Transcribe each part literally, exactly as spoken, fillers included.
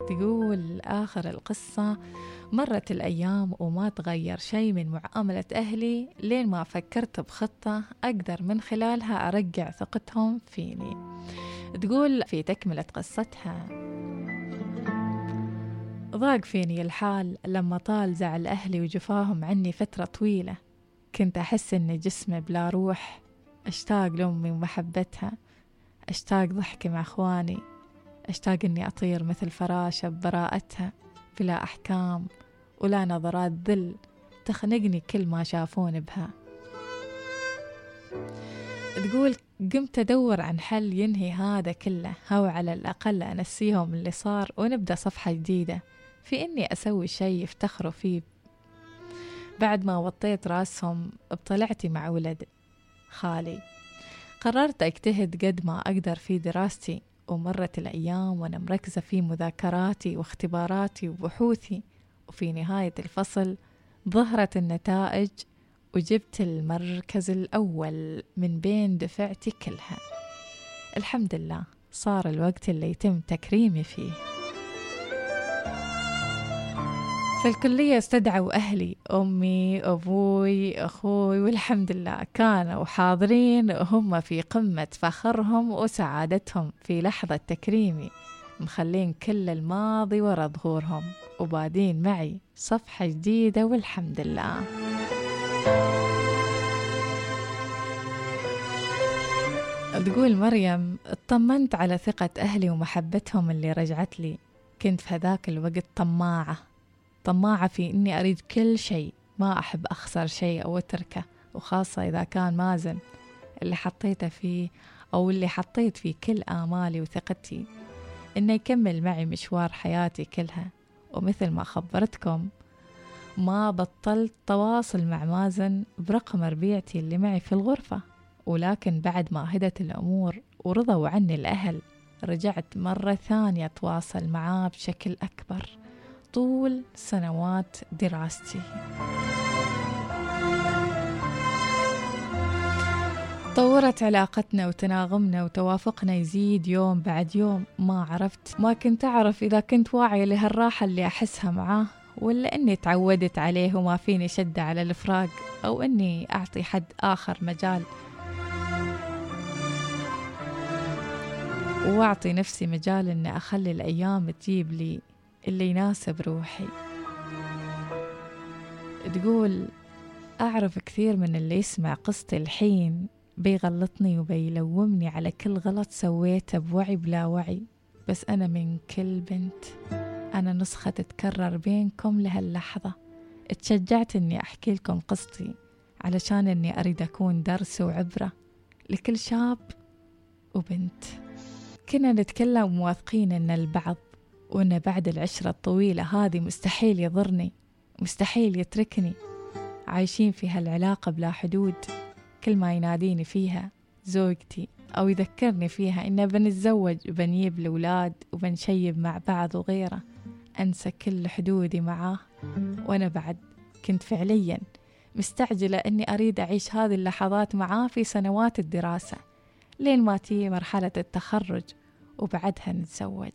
تقول آخر القصة: مرت الأيام وما تغير شيء من معاملة أهلي لين ما فكرت بخطة أقدر من خلالها أرجع ثقتهم فيني. تقول في تكملة قصتها: ضاق فيني الحال لما طال زعل أهلي وجفاهم عني فترة طويلة. كنت أحس إن جسمي بلا روح، أشتاق لأمي ومحبتها، أشتاق ضحكي مع أخواني، أشتاق إني أطير مثل فراشة ببراءتها بلا أحكام ولا نظرات ذل تخنقني كل ما شافون بها. تقول قمت أدور عن حل ينهي هذا كله، أو على الأقل أنسيهم اللي صار ونبدأ صفحة جديدة في إني أسوي شيء يفتخروا فيه. بعد ما وطيت راسهم بطلعتي مع ولد خالي، قررت أجتهد قد ما أقدر في دراستي، ومرت الأيام وأنا مركزة في مذاكراتي واختباراتي وبحوثي، وفي نهاية الفصل ظهرت النتائج وجبت المركز الأول من بين دفعتي كلها. الحمد لله، صار الوقت اللي يتم تكريمي فيه. في الكلية استدعوا أهلي، أمي، أبوي، أخوي، والحمد لله كانوا حاضرين وهم في قمة فخرهم وسعادتهم في لحظة تكريمي، مخلين كل الماضي ورا ظهورهم وبادين معي صفحة جديدة والحمد لله. تقول مريم: اطمنت على ثقة أهلي ومحبتهم اللي رجعت لي. كنت في هذاك الوقت طماعة طماعة في إني أريد كل شيء، ما أحب أخسر شيء أو أتركه، وخاصة إذا كان مازن اللي حطيته فيه أو اللي حطيت فيه كل آمالي وثقتي إنه يكمل معي مشوار حياتي كلها. ومثل ما خبرتكم ما بطلت تواصل مع مازن برقم ربيعتي اللي معي في الغرفة، ولكن بعد ما هدت الأمور ورضوا عني الأهل رجعت مرة ثانية أتواصل معاه بشكل أكبر طول سنوات دراستي. طورت علاقتنا وتناغمنا وتوافقنا يزيد يوم بعد يوم. ما عرفت ما كنت أعرف إذا كنت واعية لهالراحة اللي أحسها معاه، ولا أني تعودت عليه وما فيني شدة على الفراق، أو أني أعطي حد آخر مجال وأعطي نفسي مجال أن أخلي الأيام تجيب لي اللي يناسب روحي. تقول أعرف كثير من اللي يسمع قصتي الحين بيغلطني وبيلومني على كل غلط سويته بوعي بلا وعي، بس أنا من كل بنت أنا نسخة تتكرر بينكم لهاللحظة. اتشجعت أني أحكي لكم قصتي علشان أني أريد أكون درس وعبرة لكل شاب وبنت. كنا نتكلم مواثقين أن البعض وأن بعد العشرة الطويلة هذه مستحيل يضرني، مستحيل يتركني، عايشين في هالعلاقة بلا حدود. كل ما يناديني فيها زوجتي أو يذكرني فيها إنه بنتزوج وبنجيب الأولاد وبنشيب مع بعض وغيره، أنسى كل حدودي معاه. وأنا بعد كنت فعليا مستعجلة إني أريد أعيش هذه اللحظات معاه في سنوات الدراسة لين ما تيجي مرحلة التخرج وبعدها نتزوج.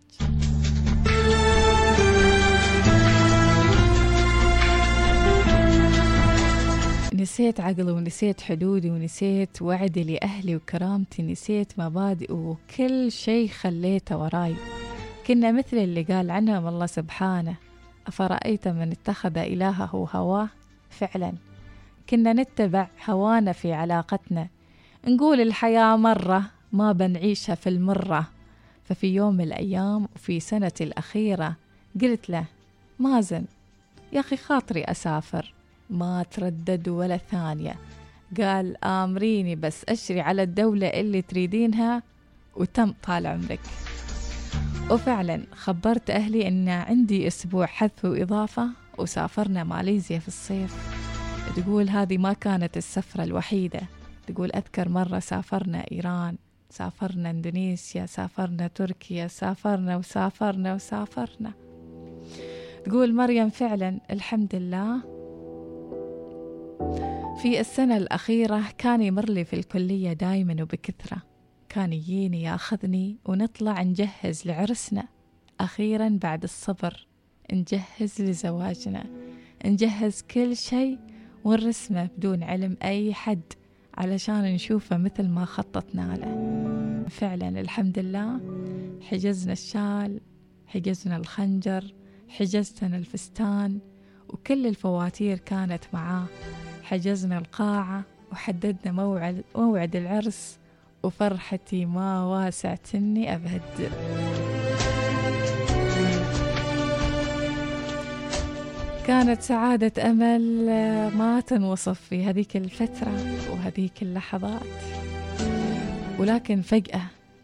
نسيت عقلي ونسيت حدودي ونسيت وعدي لأهلي وكرامتي، نسيت مبادئ وكل شيء خليته وراي. كنا مثل اللي قال عنهم الله سبحانه: أفرأيت من اتخذ إلهه هواه. فعلا كنا نتبع هوانا في علاقتنا، نقول الحياة مرة ما بنعيشها في المرة. ففي يوم من الأيام وفي سنتي الأخيرة قلت له: مازن يا أخي خاطري أسافر. ما تردد ولا ثانية، قال: آمريني بس أشري على الدولة اللي تريدينها وتم طال عمرك. وفعلا خبرت أهلي أن عندي أسبوع حذف وإضافة وسافرنا ماليزيا في الصيف. تقول هذه ما كانت السفرة الوحيدة. تقول أذكر مرة سافرنا إيران، سافرنا إندونيسيا، سافرنا تركيا، سافرنا وسافرنا وسافرنا. تقول مريم فعلا الحمد لله في السنة الأخيرة كان يمر لي في الكلية دايما وبكثرة، كان يجيني ياخذني ونطلع نجهز لعرسنا. أخيرا بعد الصبر نجهز لزواجنا، نجهز كل شيء ونرسمه بدون علم أي حد علشان نشوفه مثل ما خططنا له. فعلا الحمد لله حجزنا الشال، حجزنا الخنجر، حجزتنا الفستان وكل الفواتير كانت معاه، حجزنا القاعة وحددنا موعد موعد العرس، وفرحتي ما واسعتني أبد. كانت سعادة أمل ما تنوصف في هذيك الفترة وهذيك اللحظات، ولكن فجأة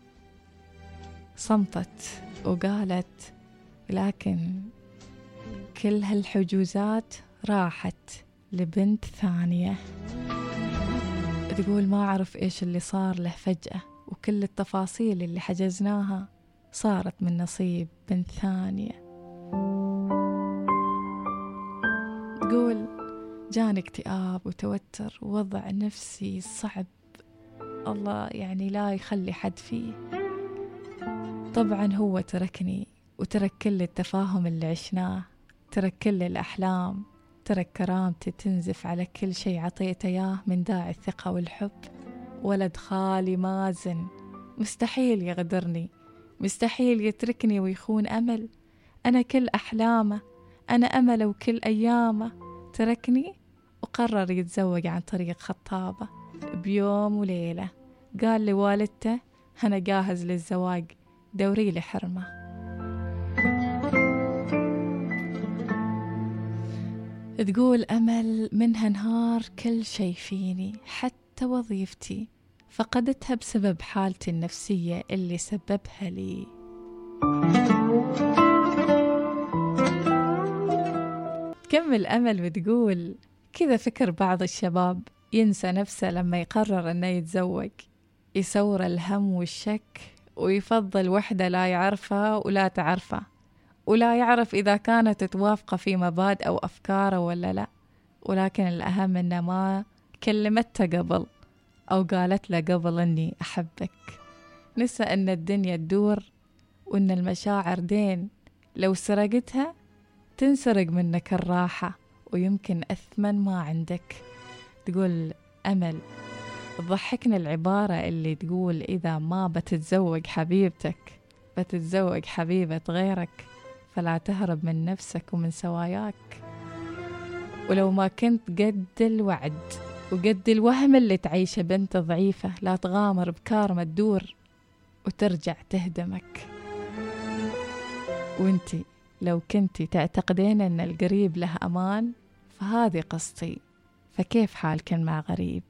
صمتت وقالت لكن كل هالحجوزات راحت لبنت ثانية. تقول ما أعرف إيش اللي صار له فجأة، وكل التفاصيل اللي حجزناها صارت من نصيب بنت ثانية. تقول جاني اكتئاب وتوتر ووضع نفسي صعب، الله يعني لا يخلي حد فيه. طبعا هو تركني وترك كل التفاهم اللي عشناه، ترك كل الأحلام، ترك كرامتي تنزف على كل شيء عطيته إياه من داعي الثقة والحب. ولد خالي مازن مستحيل يغدرني، مستحيل يتركني ويخون أمل. أنا كل أحلامه، أنا أمل وكل أيامه. تركني وقرر يتزوج عن طريق خطابة بيوم وليلة. قال لوالدته أنا جاهز للزواج، دوري لي حرمة. تقول أمل منها انهار كل شيء فيني، حتى وظيفتي فقدتها بسبب حالتي النفسية اللي سببها لي. تكمل أمل وتقول كذا فكر بعض الشباب ينسى نفسه لما يقرر أنه يتزوج، يسور الهم والشك ويفضل وحدة لا يعرفها ولا تعرفه، ولا يعرف إذا كانت توافق في مبادئ أو أفكاره ولا لا. ولكن الأهم أنه ما كلمته قبل أو قالت له قبل أني أحبك. نسى أن الدنيا تدور وأن المشاعر دين، لو سرقتها تنسرق منك الراحة ويمكن أثمن ما عندك. تقول أمل تضحكني العبارة اللي تقول إذا ما بتتزوج حبيبتك بتتزوج حبيبة غيرك، فلا تهرب من نفسك ومن سواياك. ولو ما كنت قد الوعد وقد الوهم اللي تعيشه بنت ضعيفة، لا تغامر بكارمة تدور وترجع تهدمك. وانتي لو كنتي تعتقدين أن القريب له أمان، فهذه قصتي، فكيف حالك مع غريب؟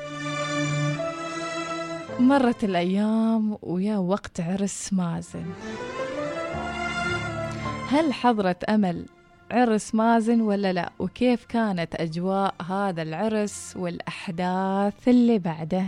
مرت الأيام ويا وقت عرس مازن. هل حضرت أمل عرس مازن ولا لا؟ وكيف كانت أجواء هذا العرس والأحداث اللي بعده؟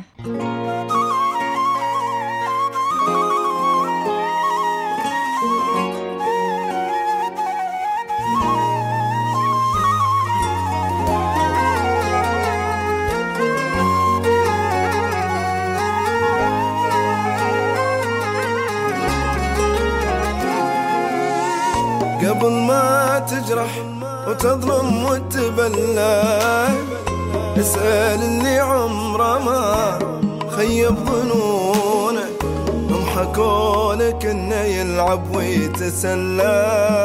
قبل ما تجرح وتظلم وتبلى، اسأل اللي عمره ما خيب ظنونك، هم حكولك انه يلعب ويتسلى،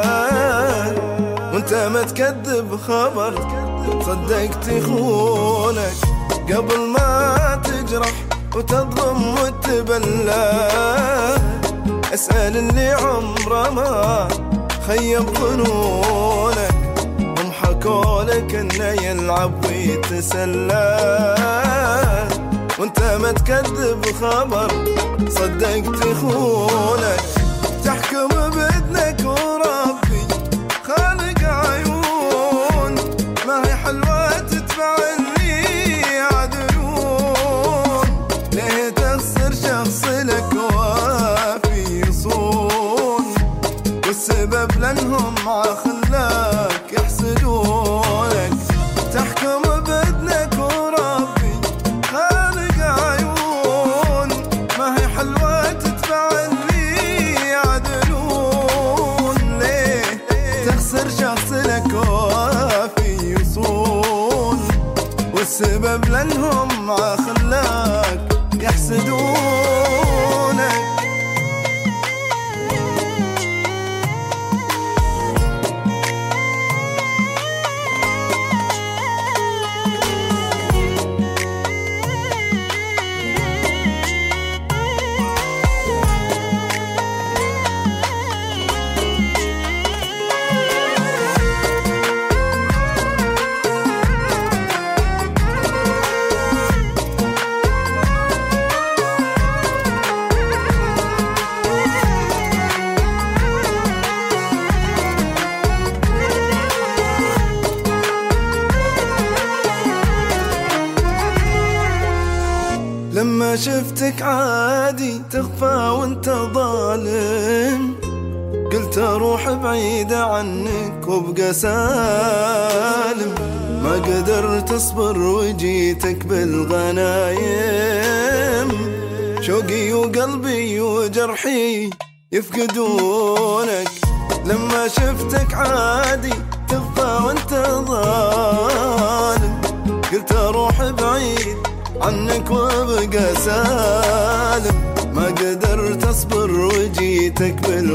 وانت ما تكذب خبر صدقت يخونك. قبل ما تجرح وتظلم وتبلى، اسأل اللي عمره ما خيب ظنونك، هم حكولك انه يلعب ويتسلى، وانت ما تكذب خبر صدقت يخونك. تحكم بإذنك وربي خالق عيون، ما هي حلوة تتبع اللي يعدلون، ليه تخسر شخص لك وافي يصون، والسبب لأنهم مع خلاك يحسدونك. تحكم بإذنك وربي خالق عيون، ما هي حلوة تتبع اللي يعدلون، والسبب لانهم عخلاك يحسدونك. لما شفتك عادي تخفى وانت ظالم، قلت اروح بعيدة عنك وابقى سالم. ما قدرت اصبر وجيتك بالغنايم، شوقي وقلبي وجرحي يفقدونك. لما شفتك عادي تخفى وانت ظالم، قلت اروح بعيد عنك وابقى سالم. ما قدرت اصبر وجيتك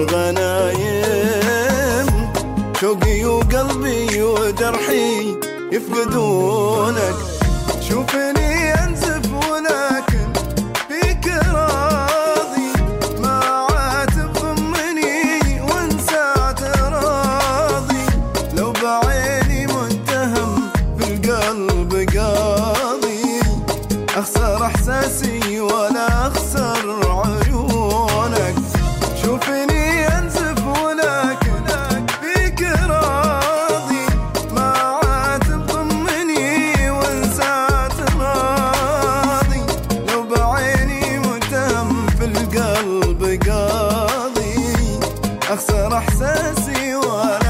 بالغنايم، شوقي وقلبي وجرحي يفقدونك. شوفني انزف ولكن فيك راضي، ما عاتب ضمني وانسى راضي. لو بعيني متهم في القلب قاضي، اخسر احساسي ولا اخسر عيونك. شوفني انزف ولكن فيك راضي، ما عاتب ضمني وانسات راضي. لو بعيني متهم في القلب قاضي، اخسر احساسي ولا